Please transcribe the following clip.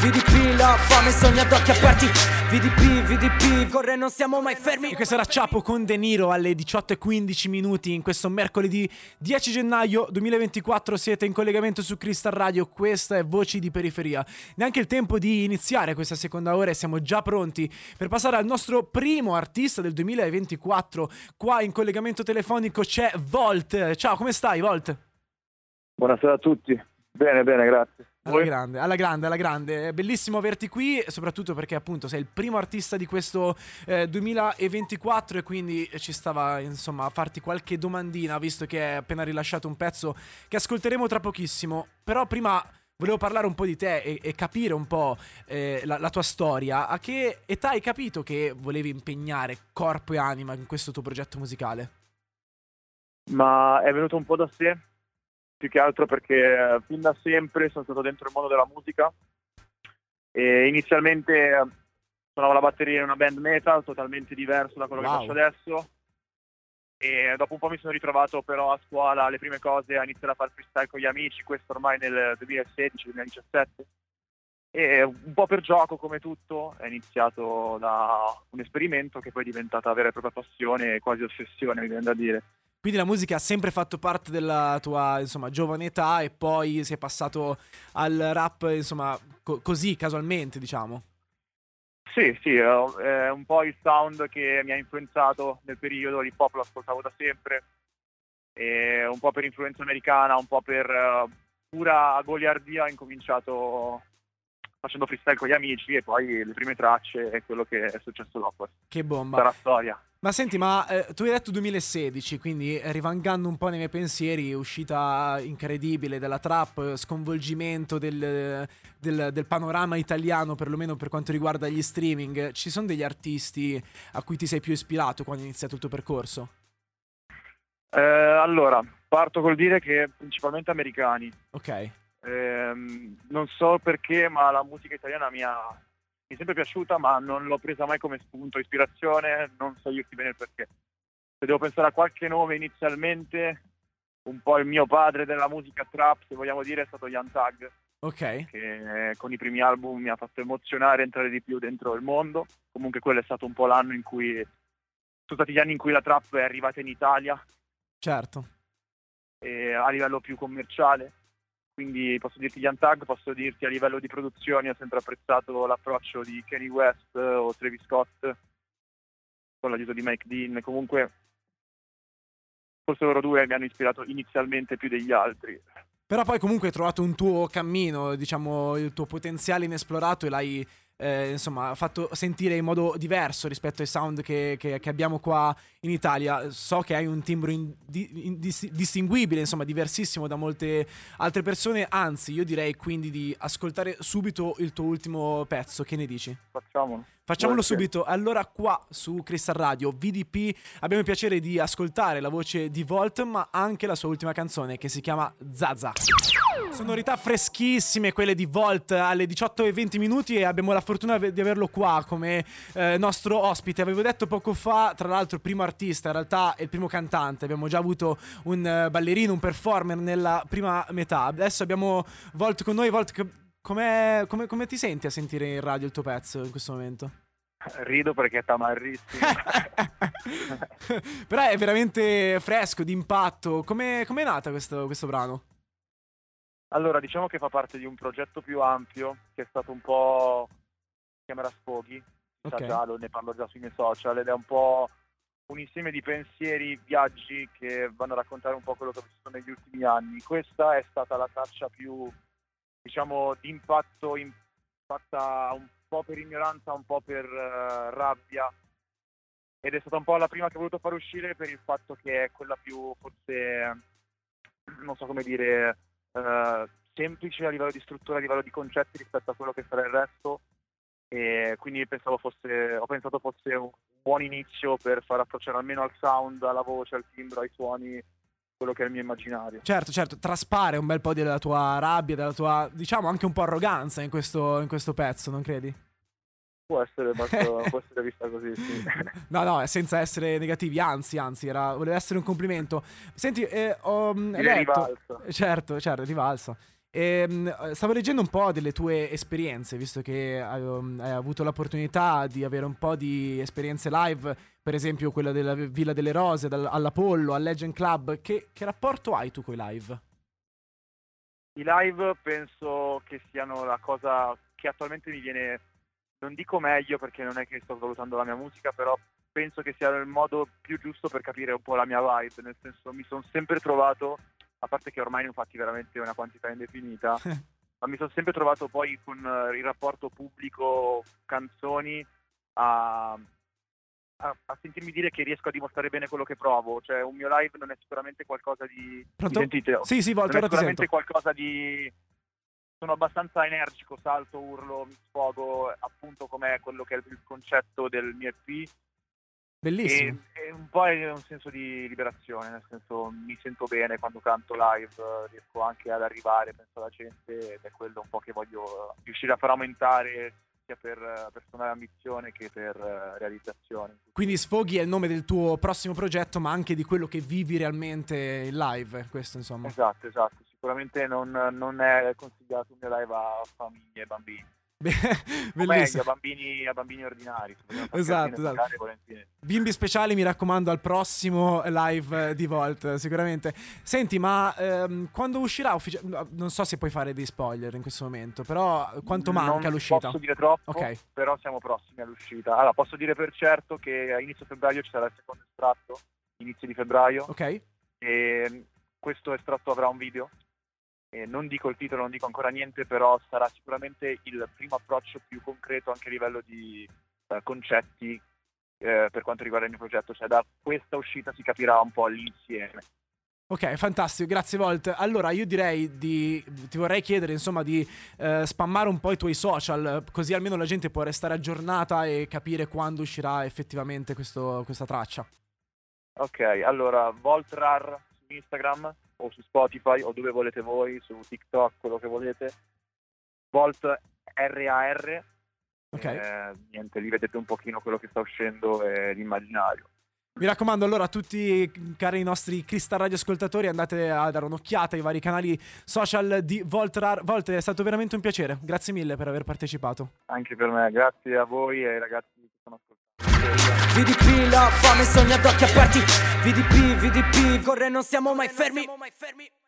VDP, la fame sogna ad occhi aperti. VDP, corre non siamo mai fermi. E questo era Chapo con De Niro alle 18:15 in questo mercoledì 10 gennaio 2024. Siete in collegamento su Crystal Radio, questa è Voci di Periferia. Neanche il tempo di iniziare questa seconda ora e siamo già pronti per passare al nostro primo artista del 2024. Qua in collegamento telefonico c'è Volt. Ciao, come stai, Volt? Buonasera a tutti. Bene, grazie. Alla grande. È bellissimo averti qui, soprattutto perché appunto sei il primo artista di questo 2024 e quindi ci stava insomma a farti qualche domandina, visto che hai appena rilasciato un pezzo che ascolteremo tra pochissimo. Però prima volevo parlare un po' di te e capire un po' la tua storia. A che età hai capito che volevi impegnare corpo e anima in questo tuo progetto musicale? Ma è venuto un po' da sé, più che altro perché fin da sempre sono stato dentro il mondo della musica e inizialmente suonavo la batteria in una band metal totalmente diverso da quello che faccio adesso, e dopo un po' mi sono ritrovato però a scuola alle prime cose a iniziare a fare freestyle con gli amici, questo ormai nel 2016-2017, e un po' per gioco come tutto è iniziato da un esperimento che poi è diventata vera e propria passione e quasi ossessione, mi viene da dire. Quindi la musica ha sempre fatto parte della tua, insomma, giovane età e poi sei passato al rap, insomma, così, casualmente, diciamo. Sì, è un po' il sound che mi ha influenzato nel periodo, l'hip hop lo ascoltavo da sempre, e un po' per influenza americana, un po' per pura goliardia ho incominciato facendo freestyle con gli amici e poi le prime tracce e quello che è successo dopo. Che bomba. Sarà storia. Ma senti, tu hai detto 2016, quindi rivangando un po' nei miei pensieri, uscita incredibile della trap, sconvolgimento del panorama italiano, perlomeno per quanto riguarda gli streaming. Ci sono degli artisti a cui ti sei più ispirato quando hai iniziato il tuo percorso? Allora, parto col dire che principalmente americani. Ok. Non so perché, ma la musica italiana mi è sempre piaciuta, ma non l'ho presa mai come spunto, ispirazione, non so dirti bene il perché. Se devo pensare a qualche nome inizialmente, un po' il mio padre della musica trap, se vogliamo dire, è stato Young Thug. Ok. Che con i primi album mi ha fatto emozionare, entrare di più dentro il mondo. Comunque quello è stato un po' l'anno in cui, sono stati gli anni in cui la trap è arrivata in Italia. Certo. E a livello più commerciale. Quindi posso dirti Young Thug, posso dirti a livello di produzioni ho sempre apprezzato l'approccio di Kanye West o Travis Scott con l'aiuto di Mike Dean. Comunque forse loro due mi hanno ispirato inizialmente più degli altri. Però poi comunque hai trovato un tuo cammino, diciamo il tuo potenziale inesplorato e l'hai insomma fatto sentire in modo diverso rispetto ai sound che abbiamo qua in Italia. So che hai un timbro distinguibile, insomma diversissimo da molte altre persone, anzi io direi quindi di ascoltare subito il tuo ultimo pezzo. Che ne dici? Facciamolo subito. Allora qua su Crystal Radio VDP abbiamo il piacere di ascoltare la voce di Volt, ma anche la sua ultima canzone che si chiama Zaza. Sonorità freschissime quelle di Volt alle 18:20 e abbiamo la fortuna di averlo qua come nostro ospite. Avevo detto poco fa, tra l'altro, primo artista, in realtà è il primo cantante. Abbiamo già avuto un ballerino, un performer nella prima metà. Adesso abbiamo Volt con noi. Volt, come ti senti a sentire in radio il tuo pezzo in questo momento? Rido perché è tamarrissimo. Però è veramente fresco, d'impatto. Com'è nata questo brano? Allora, diciamo che fa parte di un progetto più ampio che è stato un po', si chiamerà Sfoghi, Okay. già, ne parlo già sui miei social, ed è un po' un insieme di pensieri, viaggi che vanno a raccontare un po' quello che ho vissuto negli ultimi anni. Questa è stata la traccia più, diciamo, di impatto, fatta un po' per ignoranza, un po' per rabbia, ed è stata un po' la prima che ho voluto far uscire per il fatto che è quella più, forse, non so come dire, semplice a livello di struttura, a livello di concetti rispetto a quello che sarà il resto, e quindi ho pensato fosse un buon inizio per far approcciare almeno al sound, alla voce, al timbro, ai suoni, quello che è il mio immaginario. Certo, traspare un bel po' della tua rabbia, della tua, diciamo, anche un po' arroganza in questo pezzo, non credi? Può essere vista così, sì. No, senza essere negativi, anzi, voleva essere un complimento. Senti, ho letto... rivalsa. Certo, rivalsa. Stavo leggendo un po' delle tue esperienze, visto che hai avuto l'opportunità di avere un po' di esperienze live, per esempio quella della Villa delle Rose, all'Apollo, al Legend Club. Che rapporto hai tu con i live? I live penso che siano la cosa che attualmente mi viene, non dico meglio perché non è che sto valutando la mia musica, però penso che sia il modo più giusto per capire un po' la mia vibe, nel senso mi sono sempre trovato, a parte che ormai ne ho fatti veramente una quantità indefinita, ma mi sono sempre trovato poi con il rapporto pubblico, canzoni, a sentirmi dire che riesco a dimostrare bene quello che provo. Cioè un mio live non è sicuramente qualcosa di... Pronto? Mi sentite? Sì, Volta, non ora è ti sento. sicuramente qualcosa di... Sono abbastanza energico, salto, urlo, mi sfogo, appunto come quello che è il concetto del mio EP. Bellissimo. E un po' è un senso di liberazione, nel senso mi sento bene quando canto live, riesco anche ad arrivare, penso alla gente, ed è quello un po' che voglio riuscire a far aumentare sia per personale ambizione che per realizzazione. Quindi Sfoghi è il nome del tuo prossimo progetto, ma anche di quello che vivi realmente in live, questo insomma. Esatto, sicuramente non è consigliato un mio live a famiglie e bambini. Bellissimo. Meglio, a bambini ordinari. Esatto. Bimbi speciali, mi raccomando, al prossimo live di Volt, sicuramente. Senti, ma quando uscirà non so se puoi fare dei spoiler in questo momento, però quanto manca l'uscita? Non posso dire troppo, okay. Però siamo prossimi all'uscita. Allora, posso dire per certo che a inizio febbraio ci sarà il secondo estratto, inizio di febbraio. Ok. E questo estratto avrà un video. Non dico il titolo, non dico ancora niente, però sarà sicuramente il primo approccio più concreto anche a livello di concetti per quanto riguarda il mio progetto, cioè da questa uscita si capirà un po' l'insieme. Ok, fantastico, grazie Volt. Allora io direi ti vorrei chiedere insomma di spammare un po' i tuoi social, così almeno la gente può restare aggiornata e capire quando uscirà effettivamente questa traccia. Ok, allora Voltrar su Instagram o su Spotify o dove volete voi, su TikTok, quello che volete. Volt RAR. Ok. Niente, lì vedete un pochino quello che sta uscendo e l'immaginario. Mi raccomando allora a tutti cari nostri Crystal Radio ascoltatori, andate a dare un'occhiata ai vari canali social di Voltrar. Volt, è stato veramente un piacere, grazie mille per aver partecipato. Anche per me, grazie a voi e ai ragazzi che stanno ascoltando. VDP, la fame sogna ad occhi aperti. VDP, corre non siamo mai fermi.